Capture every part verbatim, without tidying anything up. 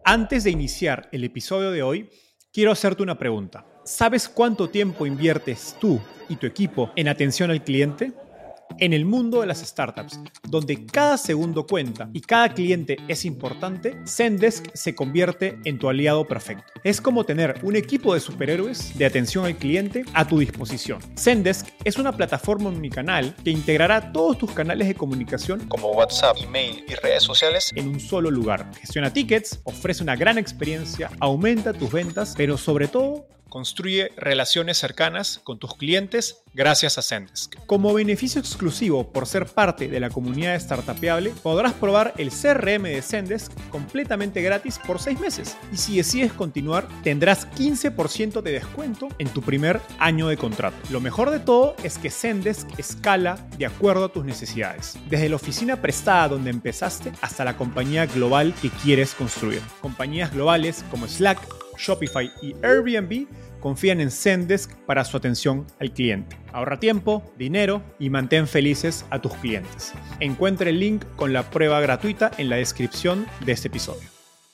Antes de iniciar el episodio de hoy, quiero hacerte una pregunta. ¿Sabes cuánto tiempo inviertes tú y tu equipo en atención al cliente? En el mundo de las startups, donde cada segundo cuenta y cada cliente es importante, Zendesk se convierte en tu aliado perfecto. Es como tener un equipo de superhéroes de atención al cliente a tu disposición. Zendesk es una plataforma omnicanal que integrará todos tus canales de comunicación como WhatsApp, email y redes sociales en un solo lugar. Gestiona tickets, ofrece una gran experiencia, aumenta tus ventas, pero sobre todo construye relaciones cercanas con tus clientes gracias a Zendesk. Como beneficio exclusivo por ser parte de la comunidad Startupeable, podrás probar el C R M de Zendesk completamente gratis por seis meses. Y si decides continuar, tendrás quince por ciento de descuento en tu primer año de contrato. Lo mejor de todo es que Zendesk escala de acuerdo a tus necesidades. Desde la oficina prestada donde empezaste hasta la compañía global que quieres construir. Compañías globales como Slack, Shopify y Airbnb confían en Zendesk para su atención al cliente. Ahorra tiempo, dinero y mantén felices a tus clientes. Encuentra el link con la prueba gratuita en la descripción de este episodio.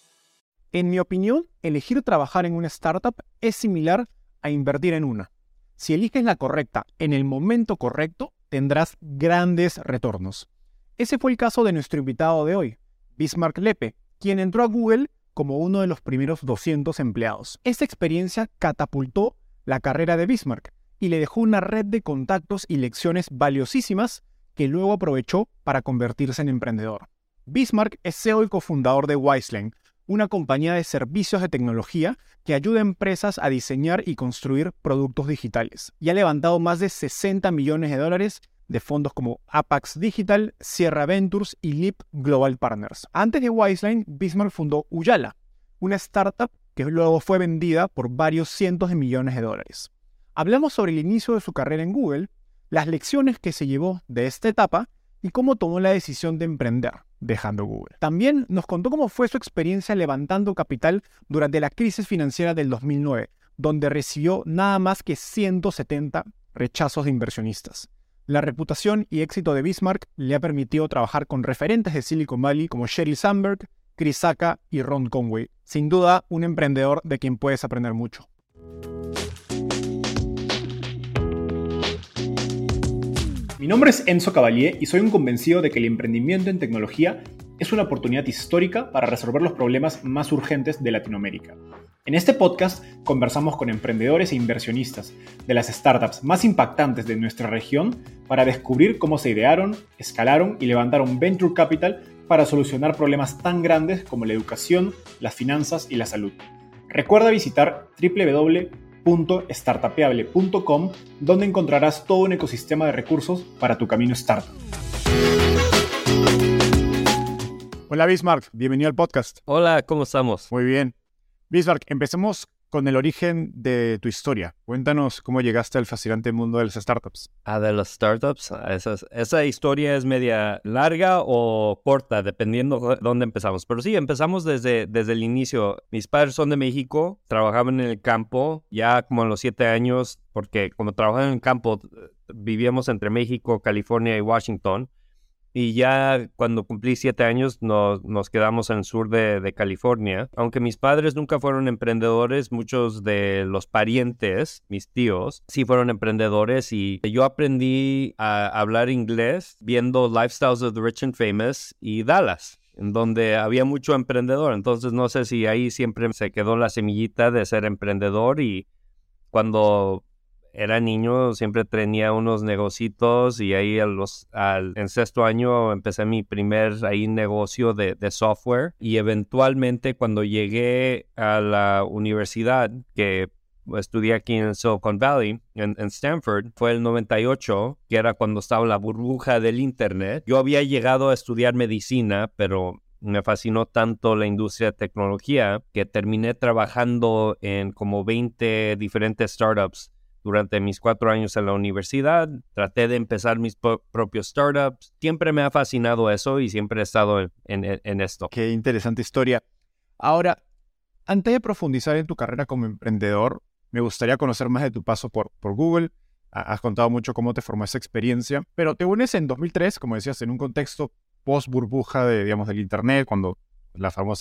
En mi opinión, elegir trabajar en una startup es similar a invertir en una. Si eliges la correcta en el momento correcto, tendrás grandes retornos. Ese fue el caso de nuestro invitado de hoy, Bismarck Lepe, quien entró a Google como uno de los primeros doscientos empleados. Esta experiencia catapultó la carrera de Bismarck y le dejó una red de contactos y lecciones valiosísimas que luego aprovechó para convertirse en emprendedor. Bismarck es C E O y cofundador de Wizeline, una compañía de servicios de tecnología que ayuda a empresas a diseñar y construir productos digitales. Y ha levantado más de sesenta millones de dólares de fondos como Apax Digital, Sierra Ventures y Leap Global Partners. Antes de Wizeline, Bismarck fundó Uyala, una startup que luego fue vendida por varios cientos de millones de dólares. Hablamos sobre el inicio de su carrera en Google, las lecciones que se llevó de esta etapa y cómo tomó la decisión de emprender, dejando Google. También nos contó cómo fue su experiencia levantando capital durante la crisis financiera del dos mil nueve, donde recibió nada más que ciento setenta rechazos de inversionistas. La reputación y éxito de Bismarck le ha permitido trabajar con referentes de Silicon Valley como Sheryl Sandberg, Chris Sacca y Ron Conway. Sin duda, un emprendedor de quien puedes aprender mucho. Mi nombre es Enzo Cavalier y soy un convencido de que el emprendimiento en tecnología es una oportunidad histórica para resolver los problemas más urgentes de Latinoamérica. En este podcast conversamos con emprendedores e inversionistas de las startups más impactantes de nuestra región para descubrir cómo se idearon, escalaron y levantaron venture capital para solucionar problemas tan grandes como la educación, las finanzas y la salud. Recuerda visitar doble u doble u doble u punto startupeable punto com, donde encontrarás todo un ecosistema de recursos para tu camino startup. Hola Bismarck, bienvenido al podcast. Hola, ¿cómo estamos? Muy bien. Bismarck, empecemos con el origen de tu historia. Cuéntanos cómo llegaste al fascinante mundo de las startups. Ah, de las startups. Esa, esa historia es media larga o corta, dependiendo de dónde empezamos. Pero sí, empezamos desde, desde el inicio. Mis padres son de México, trabajaban en el campo ya como a los siete años, porque como trabajaban en el campo, vivíamos entre México, California y Washington. Y ya cuando cumplí siete años nos, nos quedamos en el sur de, de California. Aunque mis padres nunca fueron emprendedores, muchos de los parientes, mis tíos, sí fueron emprendedores. Y yo aprendí a hablar inglés viendo Lifestyles of the Rich and Famous y Dallas, en donde había mucho emprendedor. Entonces no sé si ahí siempre se quedó la semillita de ser emprendedor. Y cuando era niño siempre tenía unos negocitos y ahí a los, al, en sexto año empecé mi primer ahí negocio de, de software. Y eventualmente cuando llegué a la universidad, que estudié aquí en Silicon Valley, en, en Stanford, fue el noventa y ocho, que era cuando estaba la burbuja del internet. Yo había llegado a estudiar medicina, pero me fascinó tanto la industria de tecnología que terminé trabajando en como veinte diferentes startups durante mis cuatro años en la universidad. Traté de empezar mis po- propios startups. Siempre me ha fascinado eso y siempre he estado en, en, en esto. Qué interesante historia. Ahora, antes de profundizar en tu carrera como emprendedor, me gustaría conocer más de tu paso por, por Google. Has contado mucho cómo te formó esa experiencia, pero te unes en dos mil tres, como decías, en un contexto post-burbuja de, digamos, del internet, cuando la famosa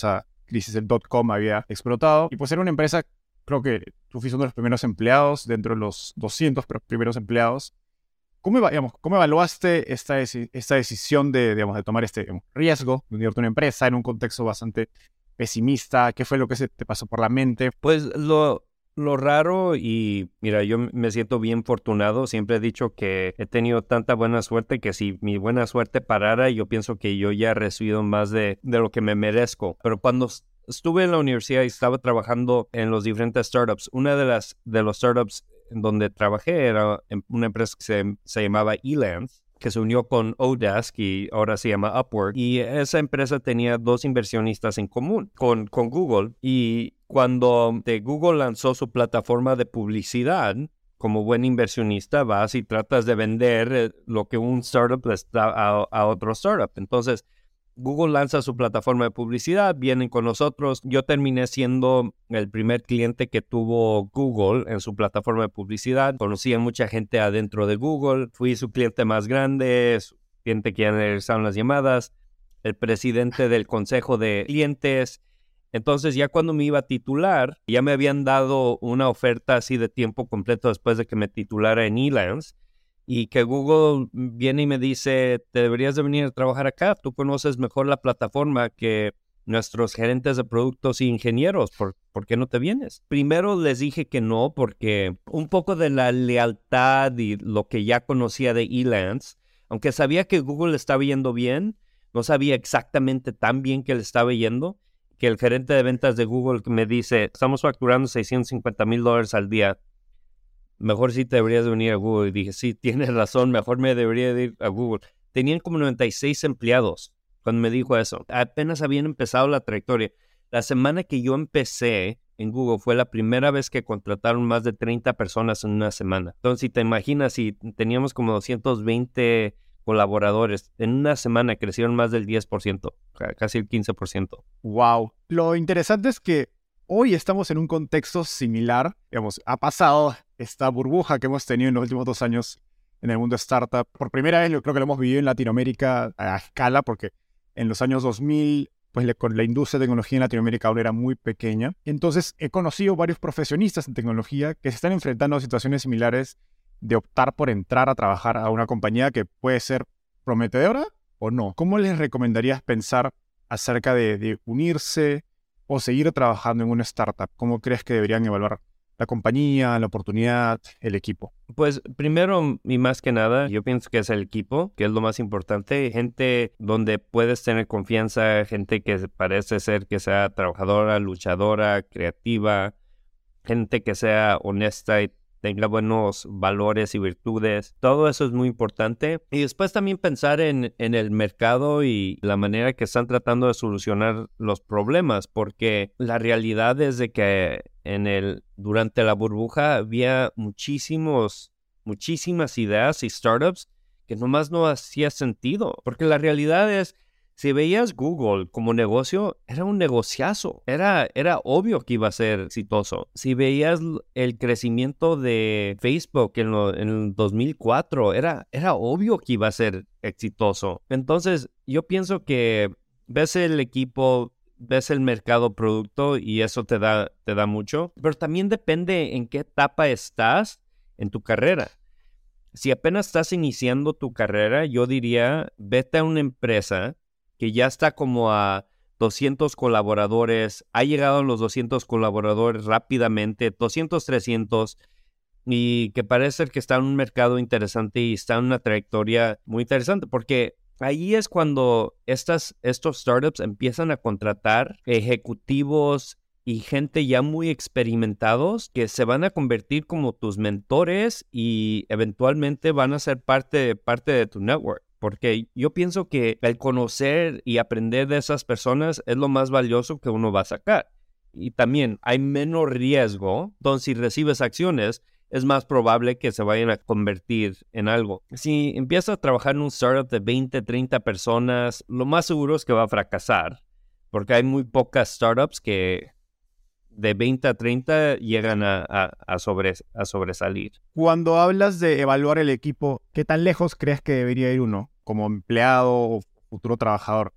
crisis del dot-com había explotado. Y pues era una empresa, creo que tú fuiste uno de los primeros empleados, dentro de los doscientos primeros empleados. ¿Cómo, digamos, ¿Cómo evaluaste esta, esta decisión de, digamos, de tomar este digamos, riesgo de unirte a una empresa en un contexto bastante pesimista? ¿Qué fue lo que se te pasó por la mente? Pues lo, lo raro, y mira, yo me siento bien afortunado. Siempre he dicho que he tenido tanta buena suerte que si mi buena suerte parara, yo pienso que yo ya he recibido más de, de lo que me merezco. Pero cuando estuve en la universidad y estaba trabajando en los diferentes startups, una de las de los startups en donde trabajé era en una empresa que se, se llamaba Elance, que se unió con Odesk y ahora se llama Upwork. Y esa empresa tenía dos inversionistas en común, con, con Google. Y cuando de Google lanzó su plataforma de publicidad, como buen inversionista vas y tratas de vender lo que un startup le está a, a otro startup. Entonces, Google lanza su plataforma de publicidad, vienen con nosotros. Yo terminé siendo el primer cliente que tuvo Google en su plataforma de publicidad. Conocí a mucha gente adentro de Google. Fui su cliente más grande, su cliente que ya regresaron las llamadas, el presidente del consejo de clientes. Entonces ya cuando me iba a titular, ya me habían dado una oferta así de tiempo completo después de que me titulara en Elance. Y que Google viene y me dice, te deberías de venir a trabajar acá. Tú conoces mejor la plataforma que nuestros gerentes de productos y ingenieros. ¿Por, ¿por qué no te vienes? Primero les dije que no, porque un poco de la lealtad y lo que ya conocía de Elance, aunque sabía que Google le estaba yendo bien, no sabía exactamente tan bien que le estaba yendo, que el gerente de ventas de Google me dice, estamos facturando seiscientos cincuenta mil dólares al día. Mejor sí te deberías de venir a Google. Y dije, sí, tienes razón, mejor me debería de ir a Google. Tenían como noventa y seis empleados cuando me dijo eso. Apenas habían empezado la trayectoria. La semana que yo empecé en Google fue la primera vez que contrataron más de treinta personas en una semana. Entonces, si te imaginas, si teníamos como doscientos veinte colaboradores, en una semana crecieron más del diez por ciento, casi el quince por ciento. Wow. Lo interesante es que hoy estamos en un contexto similar. Digamos, ha pasado esta burbuja que hemos tenido en los últimos dos años en el mundo startup. Por primera vez, yo creo que lo hemos vivido en Latinoamérica a escala, porque en los años dos mil, pues la, la industria de tecnología en Latinoamérica aún era muy pequeña. Entonces, he conocido varios profesionistas en tecnología que se están enfrentando a situaciones similares de optar por entrar a trabajar a una compañía que puede ser prometedora o no. ¿Cómo les recomendarías pensar acerca de, de unirse o seguir trabajando en una startup? ¿Cómo crees que deberían evaluar la compañía, la oportunidad, el equipo? Pues primero y más que nada, yo pienso que es el equipo, que es lo más importante. Gente donde puedes tener confianza, gente que parece ser que sea trabajadora, luchadora, creativa, gente que sea honesta y tenga buenos valores y virtudes. Todo eso es muy importante. Y después también pensar en, en el mercado y la manera que están tratando de solucionar los problemas, porque la realidad es de que en el, durante la burbuja había muchísimos, muchísimas ideas y startups que nomás no hacía sentido. Porque la realidad es, si veías Google como negocio, era un negociazo. Era, era obvio que iba a ser exitoso. Si veías el crecimiento de Facebook en, lo, en el dos mil cuatro, era, era obvio que iba a ser exitoso. Entonces, yo pienso que ves el equipo, ves el mercado producto y eso te da, te da mucho. Pero también depende en qué etapa estás en tu carrera. Si apenas estás iniciando tu carrera, yo diría, vete a una empresa que ya está como a doscientos colaboradores, ha llegado a los doscientos colaboradores rápidamente, doscientos, trescientos, y que parece que está en un mercado interesante y está en una trayectoria muy interesante, porque ahí es cuando estas, estos startups empiezan a contratar ejecutivos y gente ya muy experimentados que se van a convertir como tus mentores y eventualmente van a ser parte, parte de tu network. Porque yo pienso que el conocer y aprender de esas personas es lo más valioso que uno va a sacar. Y también hay menos riesgo, entonces si recibes acciones, es más probable que se vayan a convertir en algo. Si empiezas a trabajar en un startup de veinte, treinta personas, lo más seguro es que va a fracasar. Porque hay muy pocas startups que de veinte a treinta llegan a, a, a, sobre, a sobresalir. Cuando hablas de evaluar el equipo, ¿qué tan lejos crees que debería ir uno como empleado o futuro trabajador?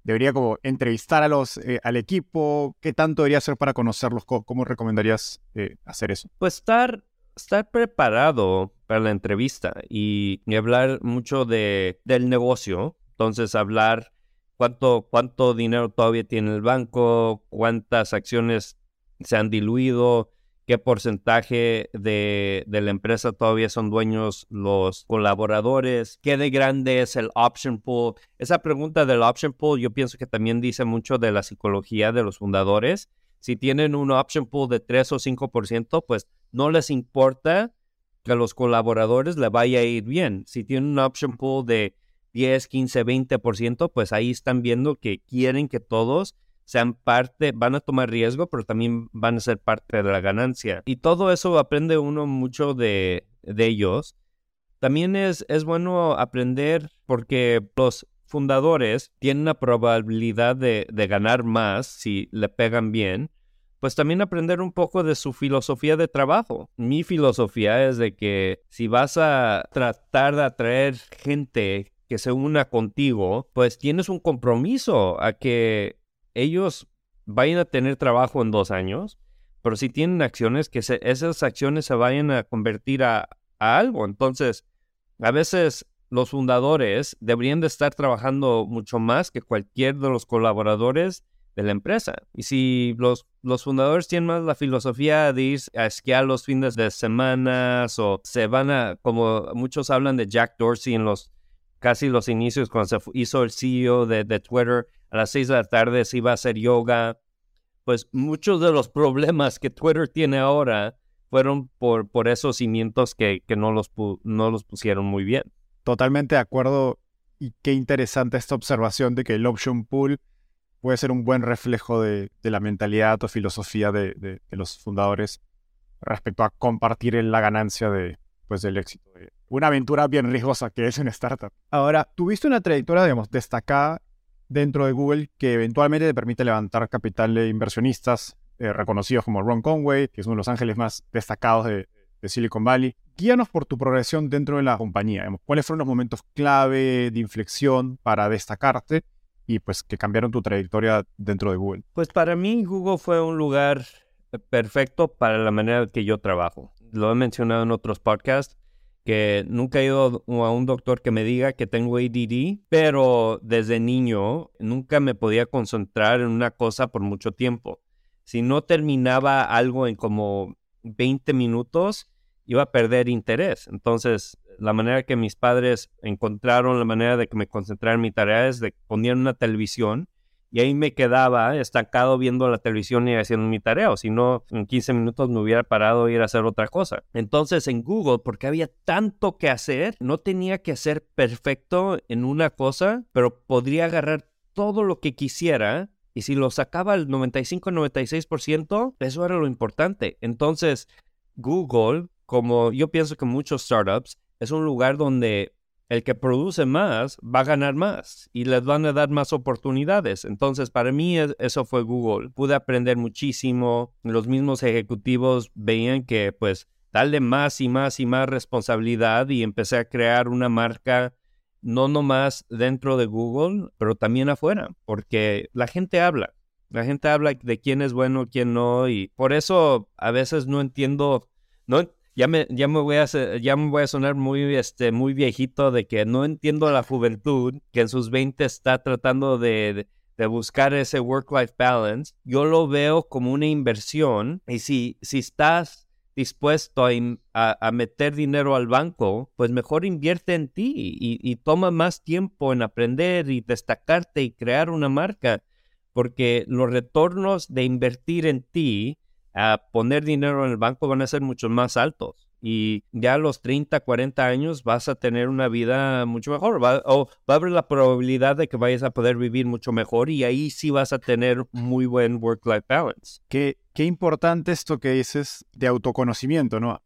¿Debería como entrevistar a los, eh, al equipo? ¿Qué tanto debería hacer para conocerlos? ¿Cómo, cómo recomendarías eh, hacer eso? Pues estar, estar preparado para la entrevista y, y hablar mucho de, del negocio. Entonces, hablar cuánto, cuánto dinero todavía tiene el banco, cuántas acciones se han diluido, qué porcentaje de, de la empresa todavía son dueños los colaboradores, qué de grande es el option pool. Esa pregunta del option pool yo pienso que también dice mucho de la psicología de los fundadores. Si tienen un option pool de tres o cinco por ciento, pues no les importa que a los colaboradores le vaya a ir bien. Si tienen un option pool de diez, quince, veinte por ciento, pues ahí están viendo que quieren que todos sean parte, van a tomar riesgo, pero también van a ser parte de la ganancia. Y todo eso aprende uno mucho de, de ellos. También es, es bueno aprender porque los fundadores tienen una probabilidad de, de ganar más si le pegan bien. Pues también aprender un poco de su filosofía de trabajo. Mi filosofía es de que si vas a tratar de atraer gente que se una contigo, pues tienes un compromiso a que ellos vayan a tener trabajo en dos años, pero si tienen acciones, que se, esas acciones se vayan a convertir a, a algo. Entonces, a veces los fundadores deberían de estar trabajando mucho más que cualquier de los colaboradores de la empresa. Y si los, los fundadores tienen más la filosofía de ir a esquiar los fines de semana o se van a, como muchos hablan de Jack Dorsey en los casi los inicios cuando se hizo el C E O de, de Twitter, a las seis de la tarde se iba a hacer yoga. Pues muchos de los problemas que Twitter tiene ahora fueron por, por esos cimientos que, que no, los pu- no los pusieron muy bien. Totalmente de acuerdo. Y qué interesante esta observación de que el option pool puede ser un buen reflejo de, de la mentalidad o filosofía de, de, de los fundadores respecto a compartir en la ganancia de, pues, del éxito. De una aventura bien riesgosa que es una startup. Ahora, tuviste una trayectoria, digamos, destacada dentro de Google que eventualmente te permite levantar capital de inversionistas eh, reconocidos como Ron Conway, que es uno de los ángeles más destacados de, de Silicon Valley. Guíanos por tu progresión dentro de la compañía. Digamos, ¿cuáles fueron los momentos clave de inflexión para destacarte y pues que cambiaron tu trayectoria dentro de Google? Pues para mí Google fue un lugar perfecto para la manera que yo trabajo. Lo he mencionado en otros podcasts, que nunca he ido a un doctor que me diga que tengo A D D, pero desde niño nunca me podía concentrar en una cosa por mucho tiempo. Si no terminaba algo en como veinte minutos, iba a perder interés. Entonces, la manera que mis padres encontraron la manera de que me concentrara en mi tarea es de poner una televisión y ahí me quedaba estancado viendo la televisión y haciendo mi tarea, o si no, en quince minutos me hubiera parado y ir a hacer otra cosa. Entonces en Google, porque había tanto que hacer, no tenía que ser perfecto en una cosa, pero podría agarrar todo lo que quisiera y si lo sacaba al noventa y cinco, noventa y seis por ciento, eso era lo importante. Entonces Google, como yo pienso que muchos startups, es un lugar donde el que produce más va a ganar más y les van a dar más oportunidades. Entonces, para mí eso fue Google. Pude aprender muchísimo. Los mismos ejecutivos veían que, pues, darle más y más y más responsabilidad y empecé a crear una marca no nomás dentro de Google, pero también afuera, porque la gente habla. La gente habla de quién es bueno, quién no, y por eso a veces no entiendo, no Ya me, ya me voy a ya me voy a sonar muy, este, muy viejito de que no entiendo a la juventud que en sus veinte está tratando de, de, de buscar ese work-life balance. Yo lo veo como una inversión y si, si estás dispuesto a, a, a meter dinero al banco, pues mejor invierte en ti y, y toma más tiempo en aprender y destacarte y crear una marca, porque los retornos de invertir en ti a poner dinero en el banco van a ser mucho más altos y ya a los treinta, cuarenta años vas a tener una vida mucho mejor, va, o va a haber la probabilidad de que vayas a poder vivir mucho mejor y ahí sí vas a tener muy buen work-life balance. Qué, qué importante esto que dices de autoconocimiento, ¿no?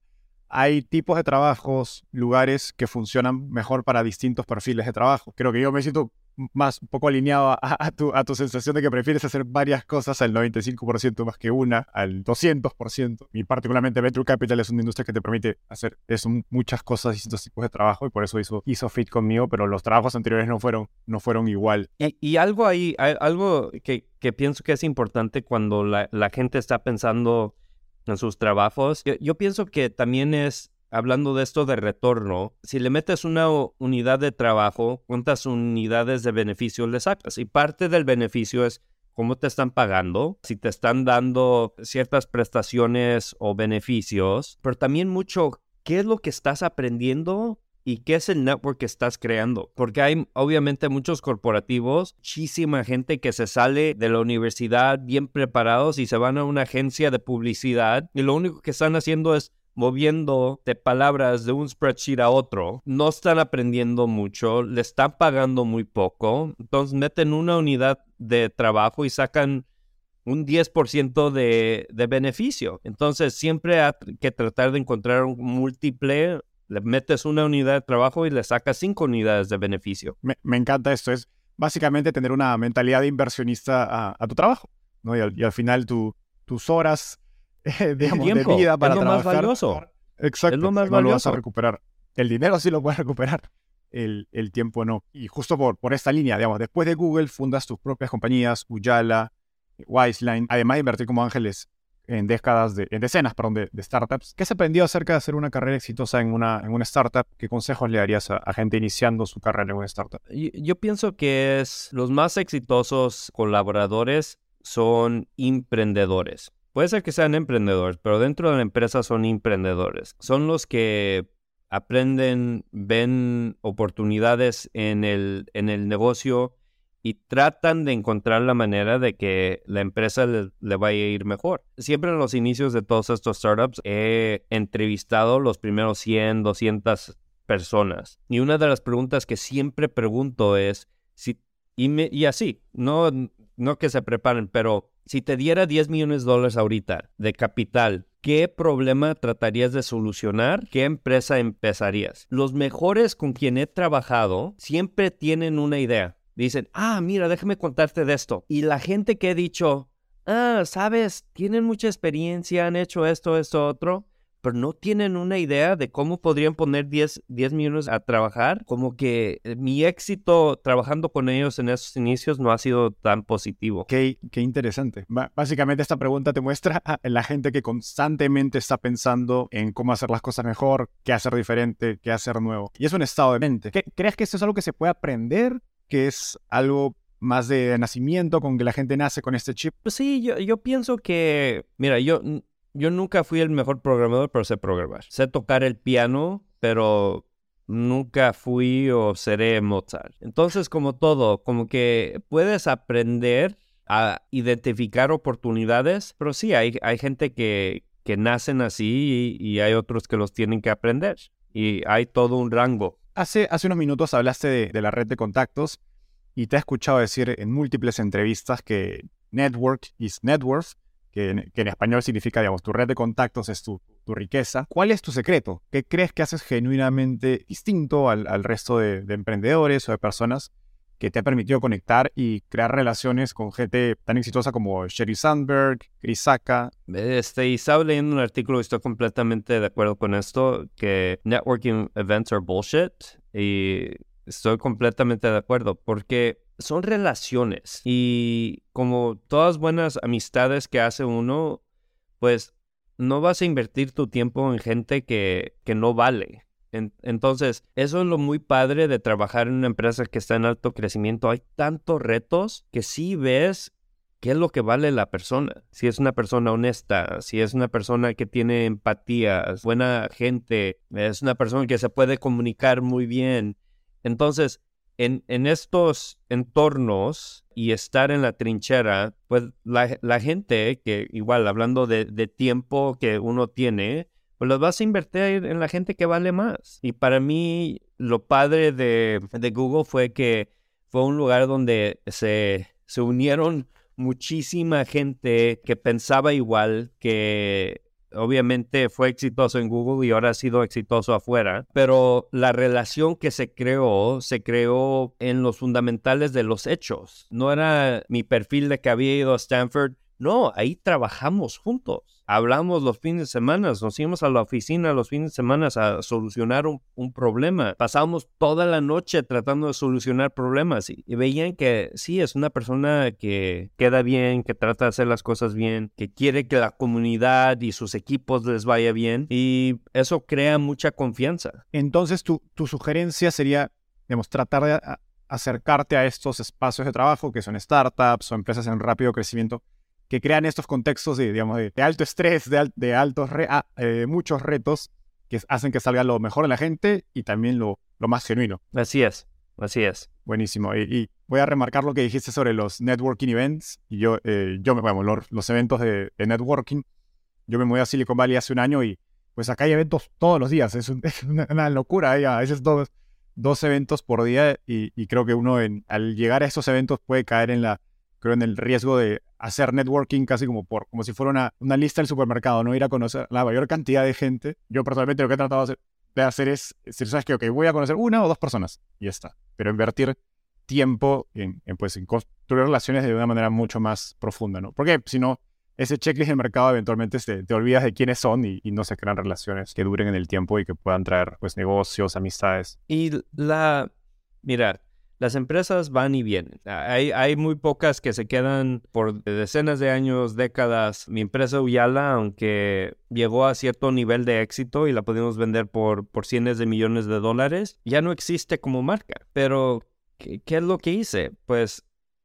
hay tipos de trabajos, lugares que funcionan mejor para distintos perfiles de trabajo. Creo que yo me siento más un poco alineado a, a, tu, a tu sensación de que prefieres hacer varias cosas al noventa y cinco por ciento más que una, al doscientos por ciento. Y particularmente Venture Capital es una industria que te permite hacer eso, muchas cosas, distintos tipos de trabajo, y por eso hizo, hizo fit conmigo, pero los trabajos anteriores no fueron, no fueron igual. Y, y algo ahí, hay, algo que, que pienso que es importante cuando la, la gente está pensando en sus trabajos, yo, yo pienso que también es, hablando de esto de retorno, si le metes una unidad de trabajo, ¿cuántas unidades de beneficio le sacas? Y parte del beneficio es cómo te están pagando, si te están dando ciertas prestaciones o beneficios, pero también mucho qué es lo que estás aprendiendo y qué es el network que estás creando. Porque hay obviamente muchos corporativos, muchísima gente que se sale de la universidad bien preparados y se van a una agencia de publicidad y lo único que están haciendo es moviendo de palabras de un spreadsheet a otro. No están aprendiendo mucho, le están pagando muy poco. Entonces meten una unidad de trabajo y sacan un diez por ciento de, de beneficio. Entonces siempre hay que tratar de encontrar un múltiple. Le metes una unidad de trabajo y le sacas cinco unidades de beneficio. Me, me encanta esto. Es básicamente tener una mentalidad de inversionista a, a tu trabajo, ¿no? Y al, y al final tu, tus horas eh, digamos, de vida para es lo trabajar. Más valioso. Exacto. Es lo más no valioso. Lo vas a recuperar. El dinero sí lo puedes recuperar. El, el tiempo no. Y justo por, por esta línea, digamos, después de Google fundas tus propias compañías, Uyala, Wiseline, además de invertir como ángeles en décadas, de, en decenas, perdón, de, de startups. ¿Qué has aprendido acerca de hacer una carrera exitosa en una, en una startup? ¿Qué consejos le darías a, a gente iniciando su carrera en una startup? Yo, yo pienso que es los más exitosos colaboradores son emprendedores. Puede ser que sean emprendedores, pero dentro de la empresa son emprendedores. Son los que aprenden, ven oportunidades en el, en el negocio y tratan de encontrar la manera de que la empresa le, le vaya a ir mejor. Siempre en los inicios de todos estos startups he entrevistado los primeros cien, doscientas personas. Y una de las preguntas que siempre pregunto es, si, y, me, y así, no, no que se preparen, pero si te diera diez millones de dólares ahorita de capital, ¿qué problema tratarías de solucionar? ¿Qué empresa empezarías? Los mejores con quien he trabajado siempre tienen una idea. Dicen, ah, mira, déjame contarte de esto. Y la gente que he dicho, ah, sabes, tienen mucha experiencia, han hecho esto, esto, otro, pero no tienen una idea de cómo podrían poner diez millones a trabajar. Como que mi éxito trabajando con ellos en esos inicios no ha sido tan positivo. Qué, qué interesante. B- básicamente esta pregunta te muestra a la gente que constantemente está pensando en cómo hacer las cosas mejor, qué hacer diferente, qué hacer nuevo. Y es un estado de mente. ¿Qué, ¿Crees que esto es algo que se puede aprender? ¿Que es algo más de nacimiento, con que la gente nace con este chip? Pues sí, yo, yo pienso que, mira, yo... Yo nunca fui el mejor programador, pero sé programar. Sé tocar el piano, pero nunca fui o seré Mozart. Entonces, como todo, como que puedes aprender a identificar oportunidades, pero sí, hay, hay gente que, que nacen así y, y hay otros que los tienen que aprender. Y hay todo un rango. Hace, hace unos minutos hablaste de, de la red de contactos y te he escuchado decir en múltiples entrevistas que network is net worth. Que en, que en español significa, digamos, tu red de contactos es tu, tu riqueza. ¿Cuál es tu secreto? ¿Qué crees que haces genuinamente distinto al, al resto de, de emprendedores o de personas que te ha permitido conectar y crear relaciones con gente tan exitosa como Sheryl Sandberg, Chris Sacca? Este, y estaba leyendo un artículo y estoy completamente de acuerdo con esto, que networking events are bullshit, y estoy completamente de acuerdo, porque son relaciones y como todas buenas amistades que hace uno, pues no vas a invertir tu tiempo en gente que, que no vale. En, entonces, eso es lo muy padre de trabajar en una empresa que está en alto crecimiento. Hay tantos retos que sí ves qué es lo que vale la persona. Si es una persona honesta, si es una persona que tiene empatía, es buena gente, es una persona que se puede comunicar muy bien. Entonces, En, en estos entornos y estar en la trinchera, pues la, la gente que igual hablando de, de tiempo que uno tiene, pues los vas a invertir en la gente que vale más. Y para mí lo padre de, de Google fue que fue un lugar donde se, se unieron muchísima gente que pensaba igual, que obviamente fue exitoso en Google y ahora ha sido exitoso afuera, pero la relación que se creó, se creó en los fundamentales de los hechos. No era mi perfil de que había ido a Stanford. No, ahí trabajamos juntos. Hablamos los fines de semana, nos íbamos a la oficina los fines de semana a solucionar un, un problema. Pasábamos toda la noche tratando de solucionar problemas y, y veían que sí, es una persona que queda bien, que trata de hacer las cosas bien, que quiere que la comunidad y sus equipos les vaya bien y eso crea mucha confianza. Entonces, tu, tu sugerencia sería, digamos, tratar de a, acercarte a estos espacios de trabajo que son startups o empresas en rápido crecimiento, que crean estos contextos de, digamos, de, de alto estrés, de, al, de altos re, ah, eh, muchos retos que hacen que salga lo mejor de la gente y también lo, lo más genuino. Así es, así es. Buenísimo. Y, y voy a remarcar lo que dijiste sobre los networking events. Y yo, eh, yo me, bueno, los, los eventos de, de networking. Yo me mudé a Silicon Valley hace un año y pues acá hay eventos todos los días. Es, un, es una, una locura. ¿eh? A veces dos, dos eventos por día y, y creo que uno en, al llegar a estos eventos puede caer en la creo en el riesgo de hacer networking casi como por como si fuera una, una lista del supermercado, no ir a conocer la mayor cantidad de gente. Yo personalmente lo que he tratado de hacer, de hacer es, si sabes que okay, voy a conocer una o dos personas y ya está. Pero invertir tiempo en, en, pues, en construir relaciones de una manera mucho más profunda, ¿no? Porque si no, ese checklist del mercado eventualmente te, te olvidas de quiénes son y, y no se crean relaciones que duren en el tiempo y que puedan traer pues negocios, amistades. Y la... Mira, las empresas van y vienen. Hay, hay muy pocas que se quedan por decenas de años, décadas. Mi empresa Uyala, aunque llegó a cierto nivel de éxito y la pudimos vender por, por cientos de millones de dólares, ya no existe como marca. Pero, ¿qué, qué es lo que hice? Pues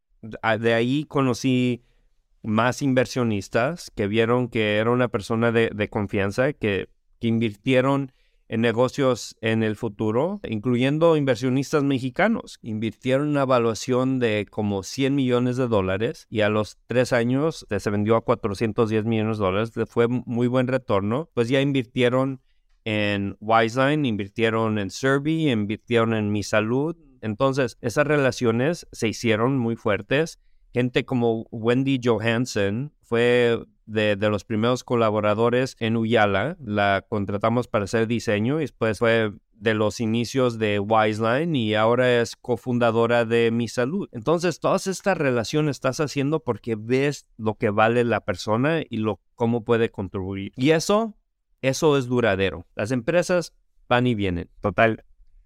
de ahí conocí más inversionistas que vieron que era una persona de, de confianza, que, que invirtieron en negocios en el futuro, incluyendo inversionistas mexicanos. Invirtieron una evaluación de como cien millones de dólares y a los tres años se vendió a cuatrocientos diez millones de dólares. Fue muy buen retorno. Pues ya invirtieron en Wizeline, invirtieron en Servi, invirtieron en Mi Salud. Entonces, esas relaciones se hicieron muy fuertes. Gente como Wendy Johansson fue de, de los primeros colaboradores en Uyala. La contratamos para hacer diseño y después fue de los inicios de Wizeline y ahora es cofundadora de Mi Salud. Entonces, todas estas relaciones estás haciendo porque ves lo que vale la persona y lo, cómo puede contribuir. Y eso, eso es duradero. Las empresas van y vienen. Total.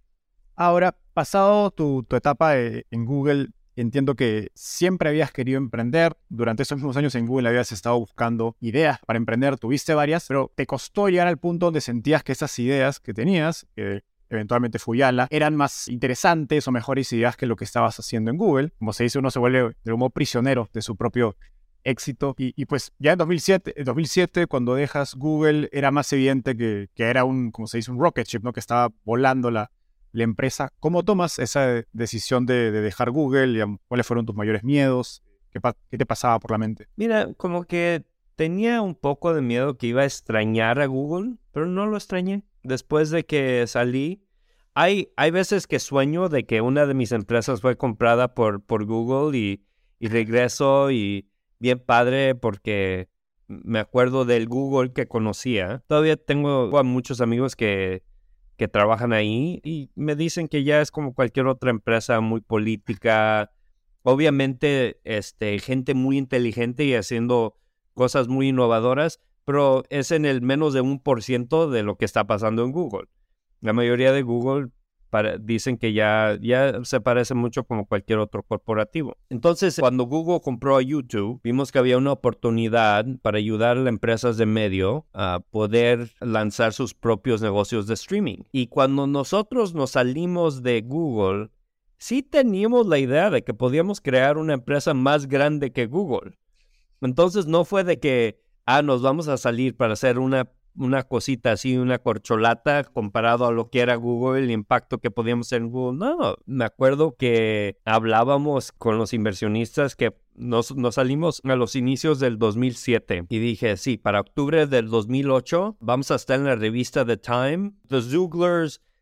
Ahora, pasado tu, tu etapa eh, en Google, entiendo que siempre habías querido emprender. Durante esos mismos años en Google habías estado buscando ideas para emprender. Tuviste varias, pero te costó llegar al punto donde sentías que esas ideas que tenías, que eventualmente fue Uyala, eran más interesantes o mejores ideas que lo que estabas haciendo en Google. Como se dice, uno se vuelve de algún modo prisionero de su propio éxito. Y, y pues ya en dos mil siete, en dos mil siete, cuando dejas Google, era más evidente que, que era un, como se dice, un rocket ship, ¿no? Que estaba volando la la empresa. ¿Cómo tomas esa decisión de, de dejar Google? ¿Cuáles fueron tus mayores miedos? ¿Qué, ¿Qué te pasaba por la mente? Mira, como que tenía un poco de miedo que iba a extrañar a Google, pero no lo extrañé. Después de que salí, hay, hay veces que sueño de que una de mis empresas fue comprada por, por Google y, y regreso y bien padre porque me acuerdo del Google que conocía. Todavía tengo a muchos amigos que que trabajan ahí y me dicen que ya es como cualquier otra empresa muy política, obviamente este, gente muy inteligente y haciendo cosas muy innovadoras, pero es en el menos de un por ciento de lo que está pasando en Google. La mayoría de Google para, dicen que ya, ya se parece mucho como cualquier otro corporativo. Entonces, cuando Google compró a YouTube, vimos que había una oportunidad para ayudar a las empresas de medio a poder lanzar sus propios negocios de streaming. Y cuando nosotros nos salimos de Google, sí teníamos la idea de que podíamos crear una empresa más grande que Google. Entonces, no fue de que, ah, nos vamos a salir para hacer una una cosita así, una corcholata comparado a lo que era Google, el impacto que podíamos hacer en Google. No, me acuerdo que hablábamos con los inversionistas que nos, nos salimos a los inicios del dos mil siete y dije, sí, para octubre del dos mil ocho vamos a estar en la revista The Time. The Zooglers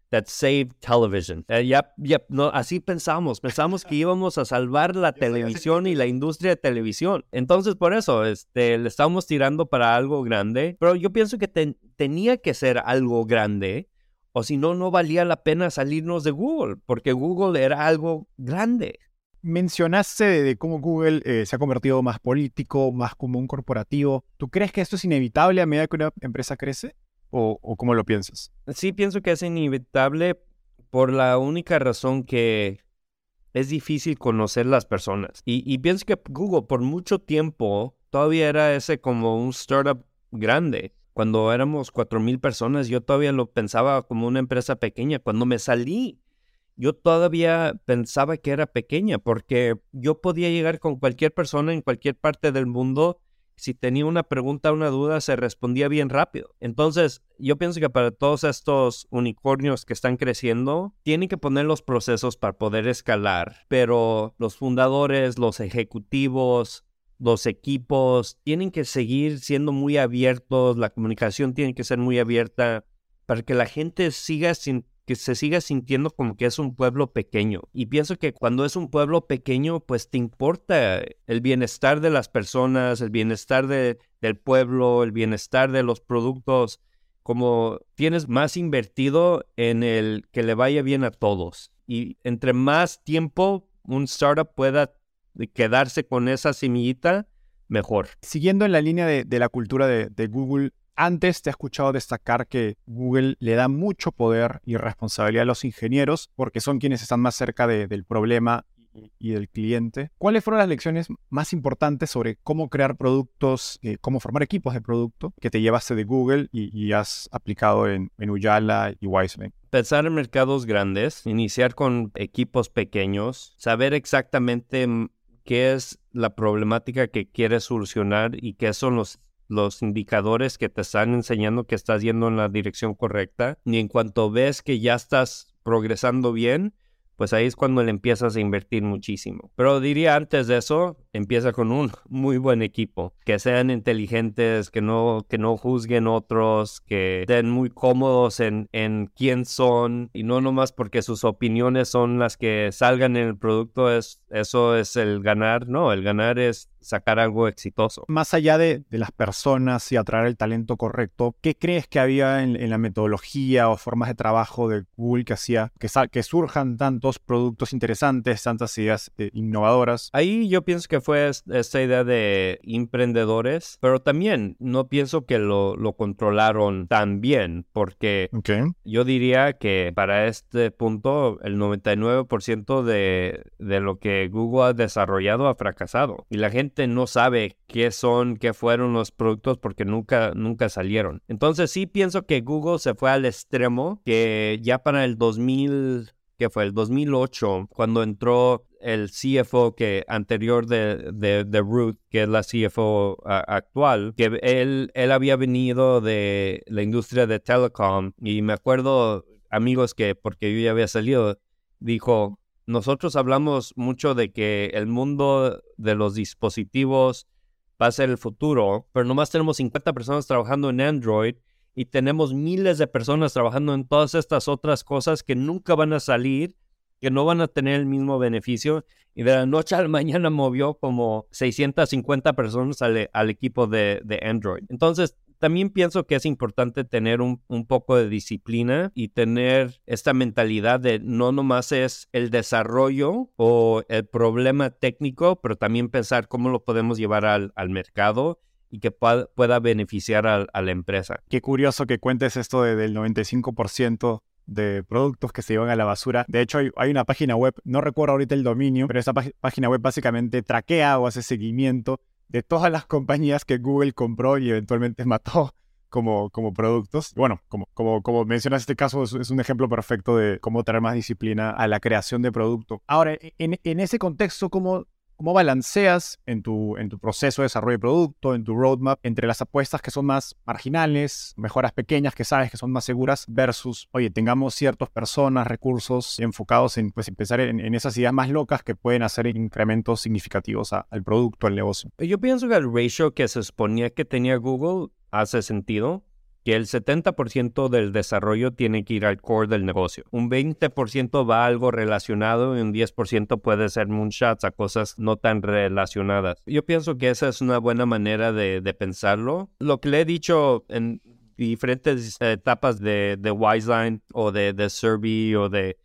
that saved television. Uh, ya, ya, no, así pensamos. Pensamos que íbamos a salvar la televisión y la industria de televisión. Entonces, por eso, este, le estábamos tirando para algo grande. Pero yo pienso que te, tenía que ser algo grande, o si no, no valía la pena salirnos de Google, porque Google era algo grande. Mencionaste de, de cómo Google eh, se ha convertido más político, más como un corporativo. ¿Tú crees que esto es inevitable a medida que una empresa crece? ¿O, o cómo lo piensas? Sí, pienso que es inevitable por la única razón que es difícil conocer las personas. Y, y pienso que Google por mucho tiempo todavía era ese como un startup grande. Cuando éramos cuatro mil personas, yo todavía lo pensaba como una empresa pequeña. Cuando me salí, yo todavía pensaba que era pequeña porque yo podía llegar con cualquier persona en cualquier parte del mundo. Si tenía una pregunta o una duda, se respondía bien rápido. Entonces, yo pienso que para todos estos unicornios que están creciendo, tienen que poner los procesos para poder escalar. Pero los fundadores, los ejecutivos, los equipos, tienen que seguir siendo muy abiertos. La comunicación tiene que ser muy abierta para que la gente siga sin... que se siga sintiendo como que es un pueblo pequeño. Y pienso que cuando es un pueblo pequeño, pues te importa el bienestar de las personas, el bienestar de, del pueblo, el bienestar de los productos, como tienes más invertido en el que le vaya bien a todos. Y entre más tiempo un startup pueda quedarse con esa semillita, mejor. Siguiendo en la línea de, de la cultura de, de Google, antes te he escuchado destacar que Google le da mucho poder y responsabilidad a los ingenieros porque son quienes están más cerca de, del problema y, y del cliente. ¿Cuáles fueron las lecciones más importantes sobre cómo crear productos, eh, cómo formar equipos de producto que te llevaste de Google y, y has aplicado en, en Uyala y Wisebank? Pensar en mercados grandes, iniciar con equipos pequeños, saber exactamente qué es la problemática que quieres solucionar y qué son los los indicadores que te están enseñando que estás yendo en la dirección correcta. Y en cuanto ves que ya estás progresando bien, pues ahí es cuando le empiezas a invertir muchísimo. Pero diría antes de eso, empieza con un muy buen equipo. Que sean inteligentes, que no, que no juzguen otros, que estén muy cómodos en, en quién son. Y no nomás porque sus opiniones son las que salgan en el producto, es, eso es el ganar. No, el ganar es sacar algo exitoso. Más allá de, de las personas y atraer el talento correcto, ¿qué crees que había en, en la metodología o formas de trabajo de Google que hacía que, que surjan tantos productos interesantes, tantas ideas eh, innovadoras? Ahí yo pienso que fue esta idea de emprendedores, pero también no pienso que lo, lo controlaron tan bien, porque okay. Yo diría que para este punto el noventa y nueve por ciento de, de lo que Google ha desarrollado ha fracasado. Y la gente no sabe qué son, qué fueron los productos porque nunca, nunca salieron. Entonces sí pienso que Google se fue al extremo, que ya para el dos mil, que fue el dos mil ocho, cuando entró el C F O que anterior de, de, de Ruth, que es la C F O a, actual, que él, él había venido de la industria de telecom, y me acuerdo, amigos, que porque yo ya había salido, dijo: nosotros hablamos mucho de que el mundo de los dispositivos va a ser el futuro, pero nomás tenemos cincuenta personas trabajando en Android y tenemos miles de personas trabajando en todas estas otras cosas que nunca van a salir, que no van a tener el mismo beneficio. Y de la noche a la mañana movió como seiscientas cincuenta personas al, al equipo de, de Android. Entonces, también pienso que es importante tener un, un poco de disciplina y tener esta mentalidad de no nomás es el desarrollo o el problema técnico, pero también pensar cómo lo podemos llevar al, al mercado y que pueda, pueda beneficiar a, a la empresa. Qué curioso que cuentes esto de, del noventa y cinco por ciento de productos que se llevan a la basura. De hecho, hay, hay una página web, no recuerdo ahorita el dominio, pero esa pag- página web básicamente traquea o hace seguimiento de todas las compañías que Google compró y eventualmente mató como, como productos. Bueno, como, como, como mencionas, este caso es, es un ejemplo perfecto de cómo traer más disciplina a la creación de producto. Ahora, en, en ese contexto, ¿cómo, cómo balanceas en tu, en tu proceso de desarrollo de producto, en tu roadmap, entre las apuestas que son más marginales, mejoras pequeñas que sabes que son más seguras, versus, oye, tengamos ciertas personas, recursos enfocados en pues, empezar en, en esas ideas más locas que pueden hacer incrementos significativos a, al producto, al negocio? Yo pienso que el ratio que se suponía que tenía Google hace sentido, que el setenta por ciento del desarrollo tiene que ir al core del negocio. Un veinte por ciento va a algo relacionado y un diez por ciento puede ser moonshots a cosas no tan relacionadas. Yo pienso que esa es una buena manera de, de pensarlo. Lo que le he dicho en diferentes etapas de, de Wizeline o de, de Survey o de,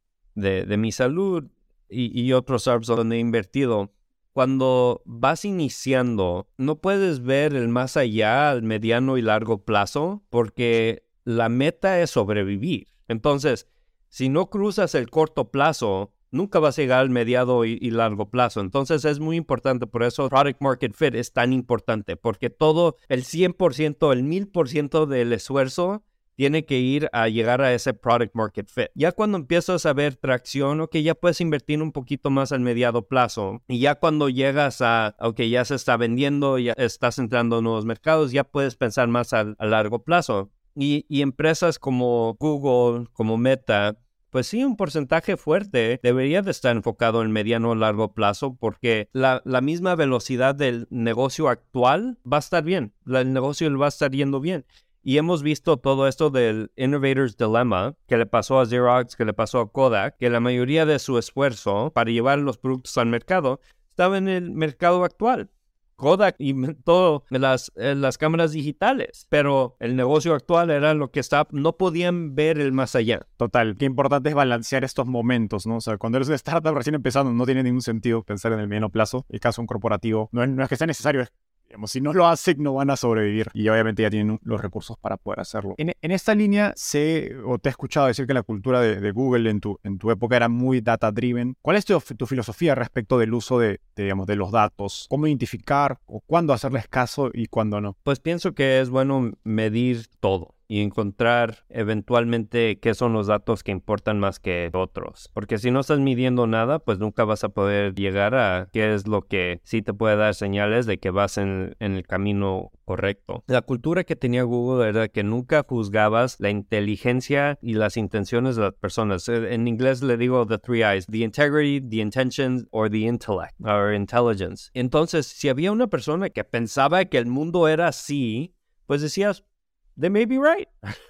de, de Mi Salud y, y otros startups donde he invertido, cuando vas iniciando, no puedes ver el más allá, al mediano y largo plazo, porque la meta es sobrevivir. Entonces, si no cruzas el corto plazo, nunca vas a llegar al mediano y, y largo plazo. Entonces, es muy importante. Por eso, Product Market Fit es tan importante, porque todo, el cien por ciento, el mil por ciento del esfuerzo tiene que ir a llegar a ese product market fit. Ya cuando empiezas a ver tracción, ok, ya puedes invertir un poquito más al mediano plazo. Y ya cuando llegas a, ok, ya se está vendiendo, ya estás entrando en nuevos mercados, ya puedes pensar más a, a largo plazo. Y, y empresas como Google, como Meta, pues sí, un porcentaje fuerte debería de estar enfocado en mediano o largo plazo, porque la, la misma velocidad del negocio actual va a estar bien. La, el negocio va a estar yendo bien. Y hemos visto todo esto del Innovator's Dilemma, que le pasó a Xerox, que le pasó a Kodak, que la mayoría de su esfuerzo para llevar los productos al mercado estaba en el mercado actual. Kodak inventó las, eh, las cámaras digitales, pero el negocio actual era lo que estaba, no podían ver el más allá. Total, qué importante es balancear estos momentos, ¿no? O sea, cuando eres una startup recién empezando, no tiene ningún sentido pensar en el mediano plazo. El caso de un corporativo, no es, no es que sea necesario, es digamos, si no lo hacen, no van a sobrevivir. Y obviamente ya tienen los recursos para poder hacerlo. En, en esta línea, sé o te he escuchado decir que la cultura de, de Google en tu, en tu época era muy data-driven. ¿Cuál es tu, tu filosofía respecto del uso de, de, digamos, de los datos? ¿Cómo identificar o cuándo hacerles caso y cuándo no? Pues pienso que es bueno medir todo y encontrar eventualmente qué son los datos que importan más que otros. Porque si no estás midiendo nada, pues nunca vas a poder llegar a qué es lo que sí te puede dar señales de que vas en, en el camino correcto. La cultura que tenía Google era que nunca juzgabas la inteligencia y las intenciones de las personas. En inglés le digo the three I's, the integrity, the intention, or the intellect, or intelligence. Entonces, si había una persona que pensaba que el mundo era así, pues decías, they may be right.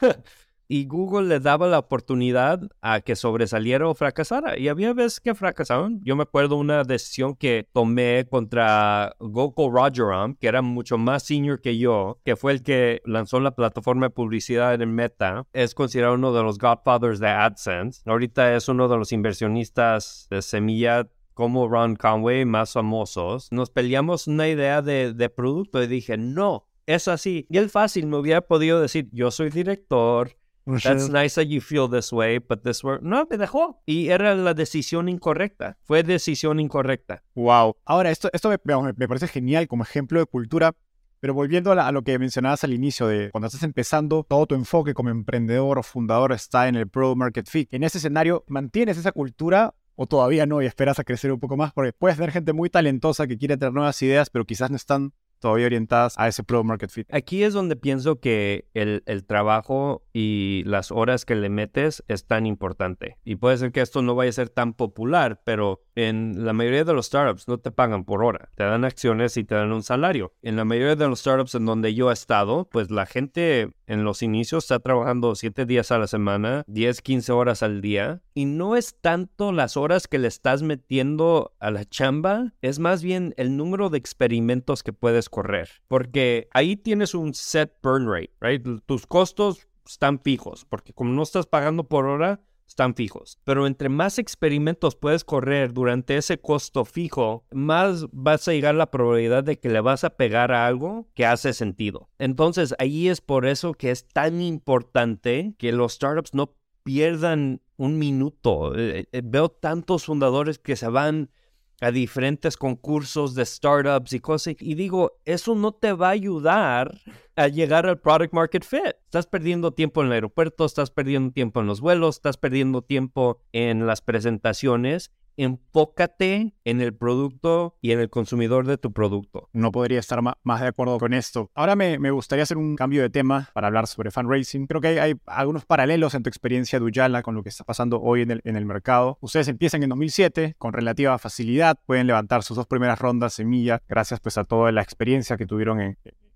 Y Google le daba la oportunidad a que sobresaliera o fracasara. Y había veces que fracasaron. Yo me acuerdo una decisión que tomé contra Gokul Rajaram, que era mucho más senior que yo, que fue el que lanzó la plataforma de publicidad en Meta. Es considerado uno de los godfathers de AdSense. Ahorita es uno de los inversionistas de semilla como Ron Conway más famosos. Nos peleamos una idea de, de producto y dije, no, es así. Y él fácil me hubiera podido decir, yo soy director, that's nice that you feel this way, but this work. No, me dejó. Y era la decisión incorrecta. Fue decisión incorrecta. Wow. Ahora, esto, esto me, me parece genial como ejemplo de cultura, pero volviendo a, la, a lo que mencionabas al inicio de cuando estás empezando, todo tu enfoque como emprendedor o fundador está en el Product Market Fit. En ese escenario, ¿mantienes esa cultura o todavía no y esperas a crecer un poco más? Porque puedes tener gente muy talentosa que quiere tener nuevas ideas, pero quizás no están todavía orientadas a ese Product Market Fit. Aquí es donde pienso que el, el trabajo y las horas que le metes es tan importante. Y puede ser que esto no vaya a ser tan popular, pero en la mayoría de los startups no te pagan por hora. Te dan acciones y te dan un salario. En la mayoría de los startups en donde yo he estado, pues la gente en los inicios está trabajando siete días a la semana, diez, quince horas al día. Y no es tanto las horas que le estás metiendo a la chamba, es más bien el número de experimentos que puedes correr. Porque ahí tienes un set burn rate, right? Tus costos están fijos, porque como no estás pagando por hora, están fijos. Pero entre más experimentos puedes correr durante ese costo fijo, más vas a llegar a la probabilidad de que le vas a pegar a algo que hace sentido. Entonces, ahí es por eso que es tan importante que los startups no pierdan un minuto. Eh, eh, veo tantos fundadores que se van a diferentes concursos de startups y cosas, y digo, eso no te va a ayudar a llegar al product market fit. Estás perdiendo tiempo en el aeropuerto, estás perdiendo tiempo en los vuelos, estás perdiendo tiempo en las presentaciones. Enfócate en el producto y en el consumidor de tu producto. No podría estar ma- más de acuerdo con esto. Ahora me, me gustaría hacer un cambio de tema para hablar sobre fundraising. Creo que hay, hay algunos paralelos en tu experiencia de Uyala con lo que está pasando hoy en el, en el mercado. Ustedes empiezan en dos mil siete con relativa facilidad. Pueden levantar sus dos primeras rondas semilla gracias pues a toda la experiencia que tuvieron en,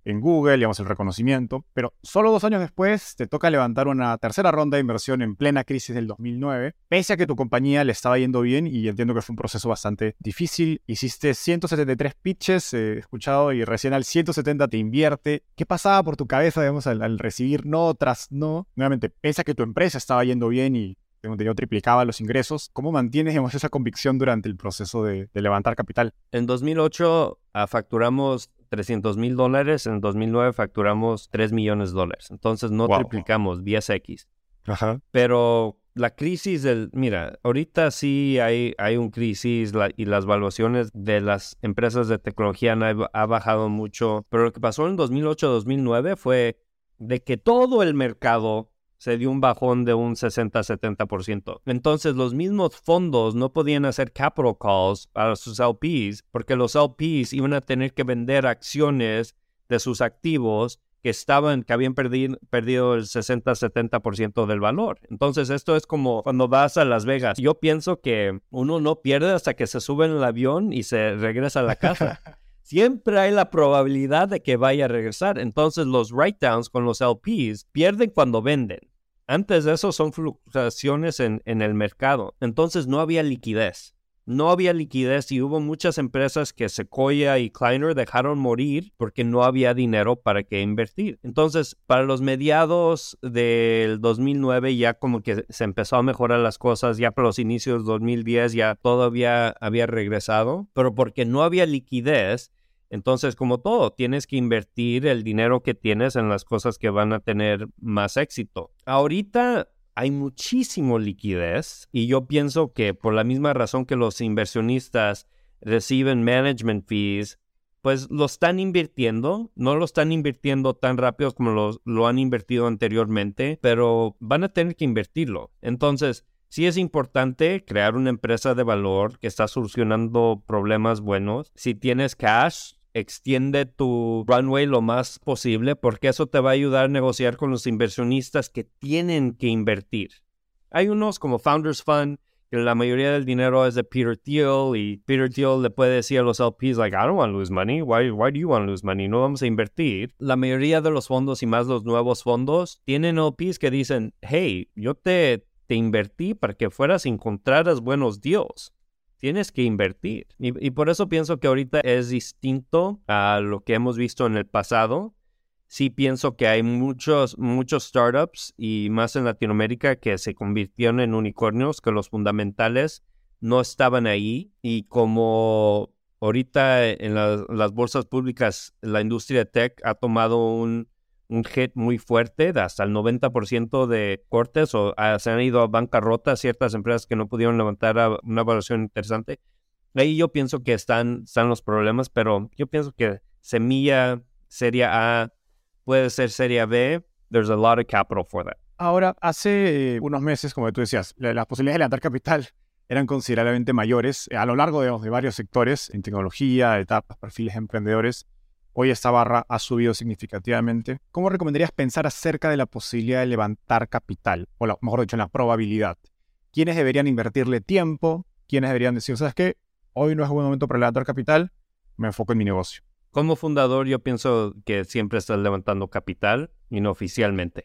en Google, digamos, el reconocimiento, pero solo dos años después te toca levantar una tercera ronda de inversión en plena crisis del dos mil nueve, pese a que tu compañía le estaba yendo bien y entiendo que fue un proceso bastante difícil. Hiciste ciento setenta y tres pitches, eh, he escuchado, y recién al ciento setenta te invierte. ¿Qué pasaba por tu cabeza, digamos, al, al recibir no tras no? Nuevamente, pese a que tu empresa estaba yendo bien y tengo entendido triplicaba los ingresos, ¿cómo mantienes, digamos, esa convicción durante el proceso de, de levantar capital? En dos mil ocho uh, facturamos trescientos mil dólares, en dos mil nueve facturamos tres millones de dólares. Entonces no Wow. triplicamos, diez equis. Ajá. Pero la crisis del... Mira, ahorita sí hay, hay un crisis la, y las valuaciones de las empresas de tecnología han ha bajado mucho. Pero lo que pasó en dos mil ocho dos mil nueve fue de que todo el mercado se dio un bajón de un sesenta a setenta por ciento. Entonces, los mismos fondos no podían hacer capital calls para sus L Ps porque los L Ps iban a tener que vender acciones de sus activos que estaban, que habían perdido, perdido el sesenta a setenta por ciento del valor. Entonces, esto es como cuando vas a Las Vegas. Yo pienso que uno no pierde hasta que se sube en el avión y se regresa a la casa. Siempre hay la probabilidad de que vaya a regresar. Entonces, los write-downs con los L Ps pierden cuando venden. Antes de eso son fluctuaciones en, en el mercado. Entonces, no había liquidez. No había liquidez y hubo muchas empresas que Sequoia y Kleiner dejaron morir porque no había dinero para que invertir. Entonces, para los mediados del dos mil nueve ya como que se empezó a mejorar las cosas. Ya para los inicios del dos mil diez ya todo había, había regresado. Pero porque no había liquidez, entonces, como todo, tienes que invertir el dinero que tienes en las cosas que van a tener más éxito. Ahorita hay muchísimo liquidez y yo pienso que por la misma razón que los inversionistas reciben management fees, pues lo están invirtiendo. No lo están invirtiendo tan rápido como lo, lo han invertido anteriormente, pero van a tener que invertirlo. Entonces, sí es importante crear una empresa de valor que está solucionando problemas buenos. Si tienes cash, extiende tu runway lo más posible porque eso te va a ayudar a negociar con los inversionistas que tienen que invertir. Hay unos como Founders Fund que la mayoría del dinero es de Peter Thiel y Peter Thiel le puede decir a los L Ps like, I don't want to lose money. Why, why do you want to lose money? No vamos a invertir. La mayoría de los fondos y más los nuevos fondos tienen L Ps que dicen, hey, yo te, te invertí para que fueras y encontraras buenos deals. Tienes que invertir. Y, y por eso pienso que ahorita es distinto a lo que hemos visto en el pasado. Sí pienso que hay muchos, muchos startups y más en Latinoamérica que se convirtieron en unicornios, que los fundamentales no estaban ahí. Y como ahorita en la, las bolsas públicas la industria de tech ha tomado un... un hit muy fuerte de hasta el noventa por ciento de cortes o uh, se han ido a bancarrota ciertas empresas que no pudieron levantar a una evaluación interesante. Ahí yo pienso que están, están los problemas, pero yo pienso que semilla, serie A, puede ser serie B. There's a lot of capital for that. Ahora, hace eh, unos meses, como tú decías, la, las posibilidades de levantar capital eran considerablemente mayores eh, a lo largo de, de varios sectores, en tecnología, etapas, perfiles de emprendedores. Hoy esta barra ha subido significativamente. ¿Cómo recomendarías pensar acerca de la posibilidad de levantar capital? O la, mejor dicho, en la probabilidad. ¿Quiénes deberían invertirle tiempo? ¿Quiénes deberían decir, sabes qué? Hoy no es buen momento para levantar capital, me enfoco en mi negocio? Como fundador, yo pienso que siempre estás levantando capital inoficialmente.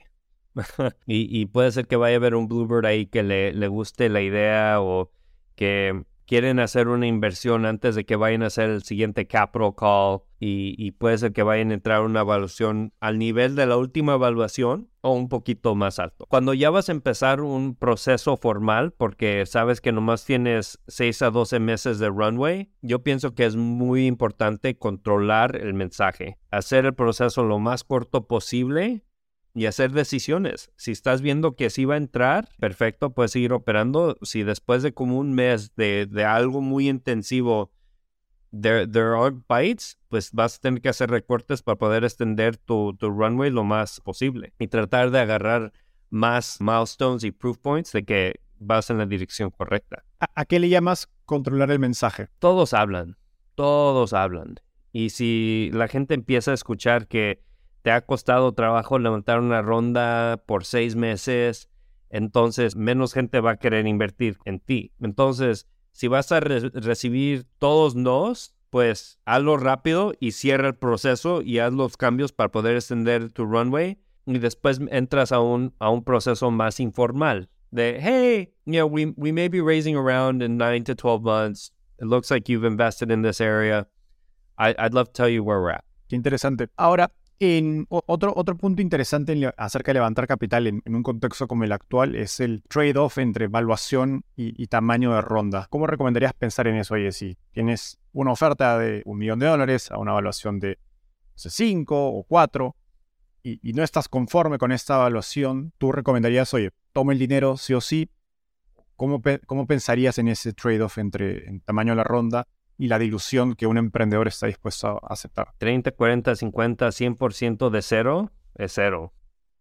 y, y puede ser que vaya a haber un Bluebird ahí que le, le guste la idea o que quieren hacer una inversión antes de que vayan a hacer el siguiente capital call y, y puede ser que vayan a entrar a una evaluación al nivel de la última evaluación o un poquito más alto. Cuando ya vas a empezar un proceso formal porque sabes que nomás tienes seis a doce meses de runway, yo pienso que es muy importante controlar el mensaje, hacer el proceso lo más corto posible y hacer decisiones. Si estás viendo que sí va a entrar, perfecto, puedes seguir operando. Si después de como un mes de, de algo muy intensivo, there, there aren't bites, pues vas a tener que hacer recortes para poder extender tu, tu runway lo más posible y tratar de agarrar más milestones y proof points de que vas en la dirección correcta. ¿A, a qué le llamas controlar el mensaje? Todos hablan, todos hablan. Y si la gente empieza a escuchar que te ha costado trabajo levantar una ronda por seis meses, entonces menos gente va a querer invertir en ti. Entonces, si vas a re- recibir todos nos, pues hazlo rápido y cierra el proceso y haz los cambios para poder extender tu runway. Y después entras a un, a un proceso más informal de, hey, you know, we, we may be raising around in nine to twelve months. It looks like you've invested in this area. I, I'd love to tell you where we're at. Qué interesante. Ahora, en o- otro, otro punto interesante en le- acerca de levantar capital en, en un contexto como el actual es el trade-off entre valuación y, y tamaño de ronda. ¿Cómo recomendarías pensar en eso, oye, si tienes una oferta de un millón de dólares a una evaluación de no sé, cinco o cuatro y, y no estás conforme con esta evaluación, tú recomendarías, oye, toma el dinero sí o sí? ¿Cómo, pe- cómo pensarías en ese trade-off entre el tamaño de la ronda y la dilución que un emprendedor está dispuesto a aceptar? treinta, cuarenta, cincuenta, cien por ciento de cero es cero.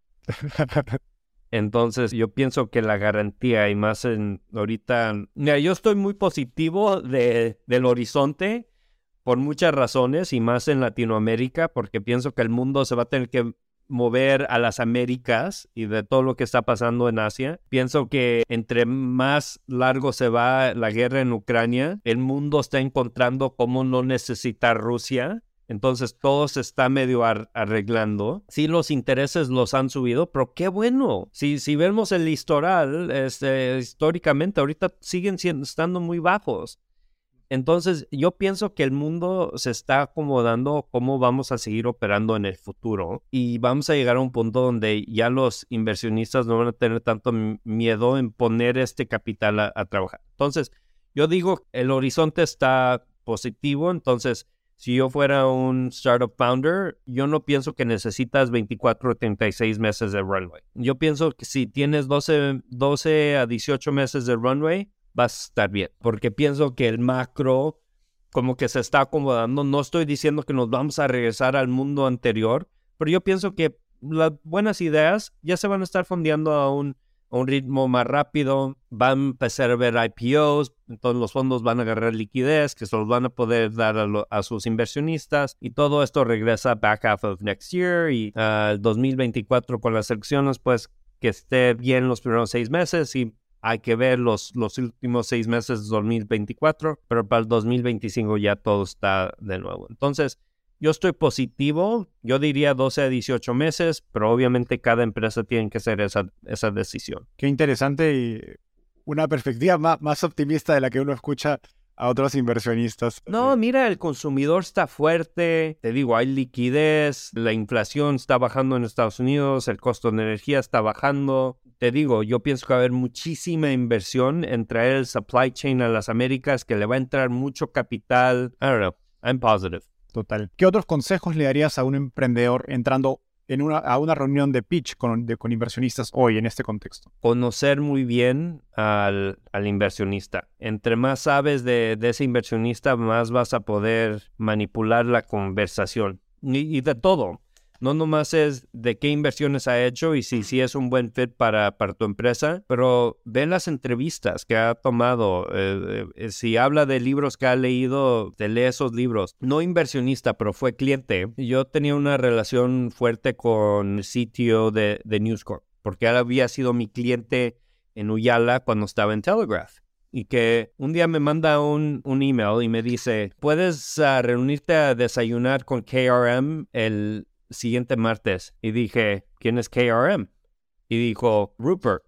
Entonces, yo pienso que la garantía y más en ahorita... Mira, yo estoy muy positivo de, del horizonte por muchas razones y más en Latinoamérica porque pienso que el mundo se va a tener que mover a las Américas y de todo lo que está pasando en Asia. Pienso que entre más largo se va la guerra en Ucrania, el mundo está encontrando cómo no necesitar Rusia. Entonces todo se está medio ar- arreglando. Sí, los intereses los han subido, pero qué bueno. Si, si vemos el historial, este, históricamente ahorita siguen siendo, estando muy bajos. Entonces, yo pienso que el mundo se está acomodando cómo vamos a seguir operando en el futuro y vamos a llegar a un punto donde ya los inversionistas no van a tener tanto m- miedo en poner este capital a, a trabajar. Entonces, yo digo, el horizonte está positivo. Entonces, si yo fuera un startup founder, yo no pienso que necesitas veinticuatro o treinta y seis meses de runway. Yo pienso que si tienes doce, doce a dieciocho meses de runway, vas a estar bien, porque pienso que el macro como que se está acomodando. No estoy diciendo que nos vamos a regresar al mundo anterior, pero yo pienso que las buenas ideas ya se van a estar fondeando a un, a un ritmo más rápido. Van a empezar a ver I P Os, entonces los fondos van a agarrar liquidez que se los van a poder dar a, lo, a sus inversionistas y todo esto regresa back half of next year y uh, el dos mil veinticuatro con las elecciones, pues que esté bien los primeros seis meses y hay que ver los, los últimos seis meses de dos mil veinticuatro, pero para el dos mil veinticinco ya todo está de nuevo. Entonces, yo estoy positivo. Yo diría doce a dieciocho meses, pero obviamente cada empresa tiene que hacer esa, esa decisión. Qué interesante y una perspectiva más, más optimista de la que uno escucha a otros inversionistas. No, mira, el consumidor está fuerte. Te digo, hay liquidez, la inflación está bajando en Estados Unidos, el costo de energía está bajando. Te digo, yo pienso que va a haber muchísima inversión en traer el supply chain a las Américas, que le va a entrar mucho capital. I don't know, I'm positive. Total. ¿Qué otros consejos le darías a un emprendedor entrando en una, a una reunión de pitch con, de, con inversionistas hoy en este contexto? Conocer muy bien al, al inversionista. Entre más sabes de, de ese inversionista, más vas a poder manipular la conversación. Y, y de todo. No nomás es de qué inversiones ha hecho y si, si es un buen fit para, para tu empresa, pero ve las entrevistas que ha tomado. Eh, eh, si habla de libros que ha leído, te lee esos libros. No inversionista, pero fue cliente. Yo tenía una relación fuerte con el C T O de, de News Corp, porque él había sido mi cliente en Uyala cuando estaba en Telegraph. Y que un día me manda un, un email y me dice, ¿puedes uh, reunirte a desayunar con K R M el siguiente martes? Y dije, ¿quién es K R M? Y dijo, Rupert.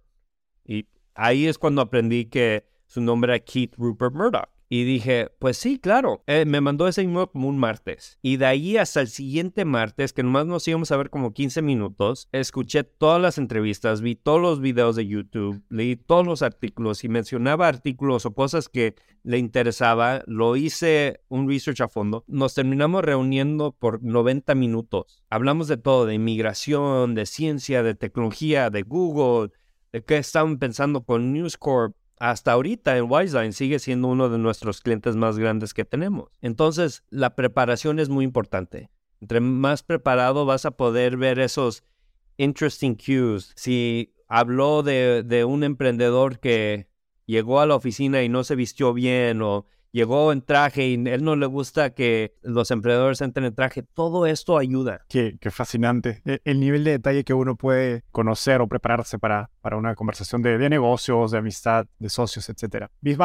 Y ahí es cuando aprendí que su nombre era Keith Rupert Murdoch. Y dije, pues sí, claro. Eh, me mandó ese email como un martes. Y de ahí hasta el siguiente martes, que nomás nos íbamos a ver como quince minutos, escuché todas las entrevistas, vi todos los videos de YouTube, leí todos los artículos y mencionaba artículos o cosas que le interesaba. Lo hice un research a fondo. Nos terminamos reuniendo por noventa minutos. Hablamos de todo, de inmigración, de ciencia, de tecnología, de Google, de qué estaban pensando con News Corp. Hasta ahorita en Wizeline sigue siendo uno de nuestros clientes más grandes que tenemos. Entonces, la preparación es muy importante. Entre más preparado vas a poder ver esos interesting cues. Si habló de, de un emprendedor que llegó a la oficina y no se vistió bien o llegó en traje y a él no le gusta que los emprendedores entren en traje, todo esto ayuda. Qué, qué fascinante. El, el nivel de detalle que uno puede conocer o prepararse para, para una conversación de, de negocios, de amistad, de socios, etcétera. Bismarck,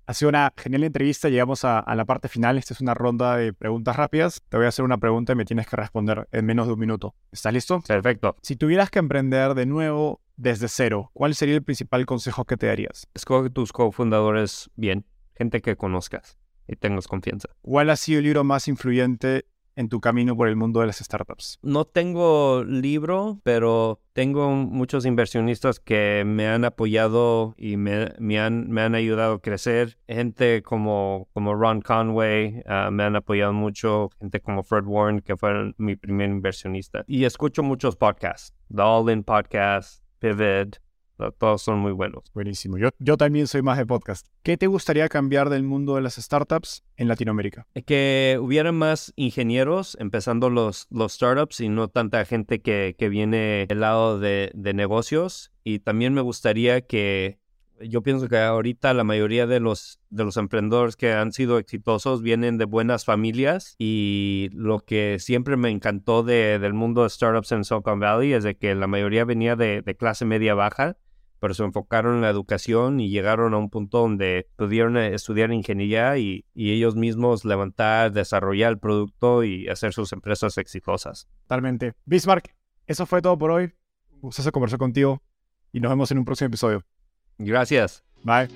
Ha sido una genial entrevista. Llegamos a, a la parte final. Esta es una ronda de preguntas rápidas. Te voy a hacer una pregunta y me tienes que responder en menos de un minuto. ¿Estás listo? Perfecto. Si tuvieras que emprender de nuevo desde cero, ¿cuál sería el principal consejo que te darías? Escoge tus cofundadores bien, gente que conozcas y tengas confianza. ¿Cuál ha sido el libro más influyente en tu camino por el mundo de las startups? No tengo libro, pero tengo muchos inversionistas que me han apoyado y me, me, han, me han ayudado a crecer. Gente como, como Ron Conway uh, me han apoyado mucho. Gente como Fred Warren, que fue mi primer inversionista. Y escucho muchos podcasts. The All In Podcast, Pivot. Todos son muy buenos. Buenísimo. Yo, yo también soy más de podcast. ¿Qué te gustaría cambiar del mundo de las startups en Latinoamérica? Que hubiera más ingenieros empezando los, los startups y no tanta gente que, que viene del lado de, de negocios. Y también me gustaría que, yo pienso que ahorita la mayoría de los, de los emprendedores que han sido exitosos vienen de buenas familias. Y lo que siempre me encantó de, del mundo de startups en Silicon Valley es de que la mayoría venía de, de clase media baja, pero se enfocaron en la educación y llegaron a un punto donde pudieron estudiar ingeniería y, y ellos mismos levantar, desarrollar el producto y hacer sus empresas exitosas. Totalmente. Bismarck, eso fue todo por hoy. Un gustazo conversar contigo y nos vemos en un próximo episodio. Gracias. Bye.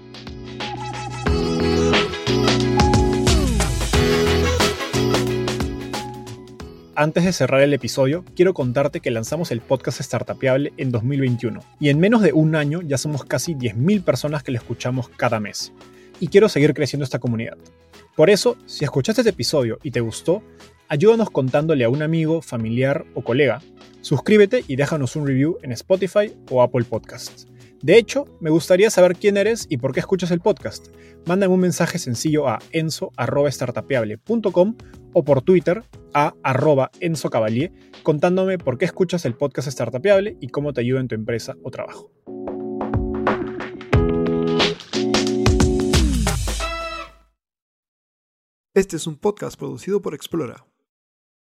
Antes de cerrar el episodio, quiero contarte que lanzamos el podcast Startupeable en dos mil veintiuno y en menos de un año ya somos casi diez mil personas que lo escuchamos cada mes. Y quiero seguir creciendo esta comunidad. Por eso, si escuchaste este episodio y te gustó, ayúdanos contándole a un amigo, familiar o colega. Suscríbete y déjanos un review en Spotify o Apple Podcasts. De hecho, me gustaría saber quién eres y por qué escuchas el podcast. Mándame un mensaje sencillo a enzo arroba startupeable punto com o por Twitter a arroba enzocavalier contándome por qué escuchas el podcast Startupeable y cómo te ayuda en tu empresa o trabajo. Este es un podcast producido por Explora.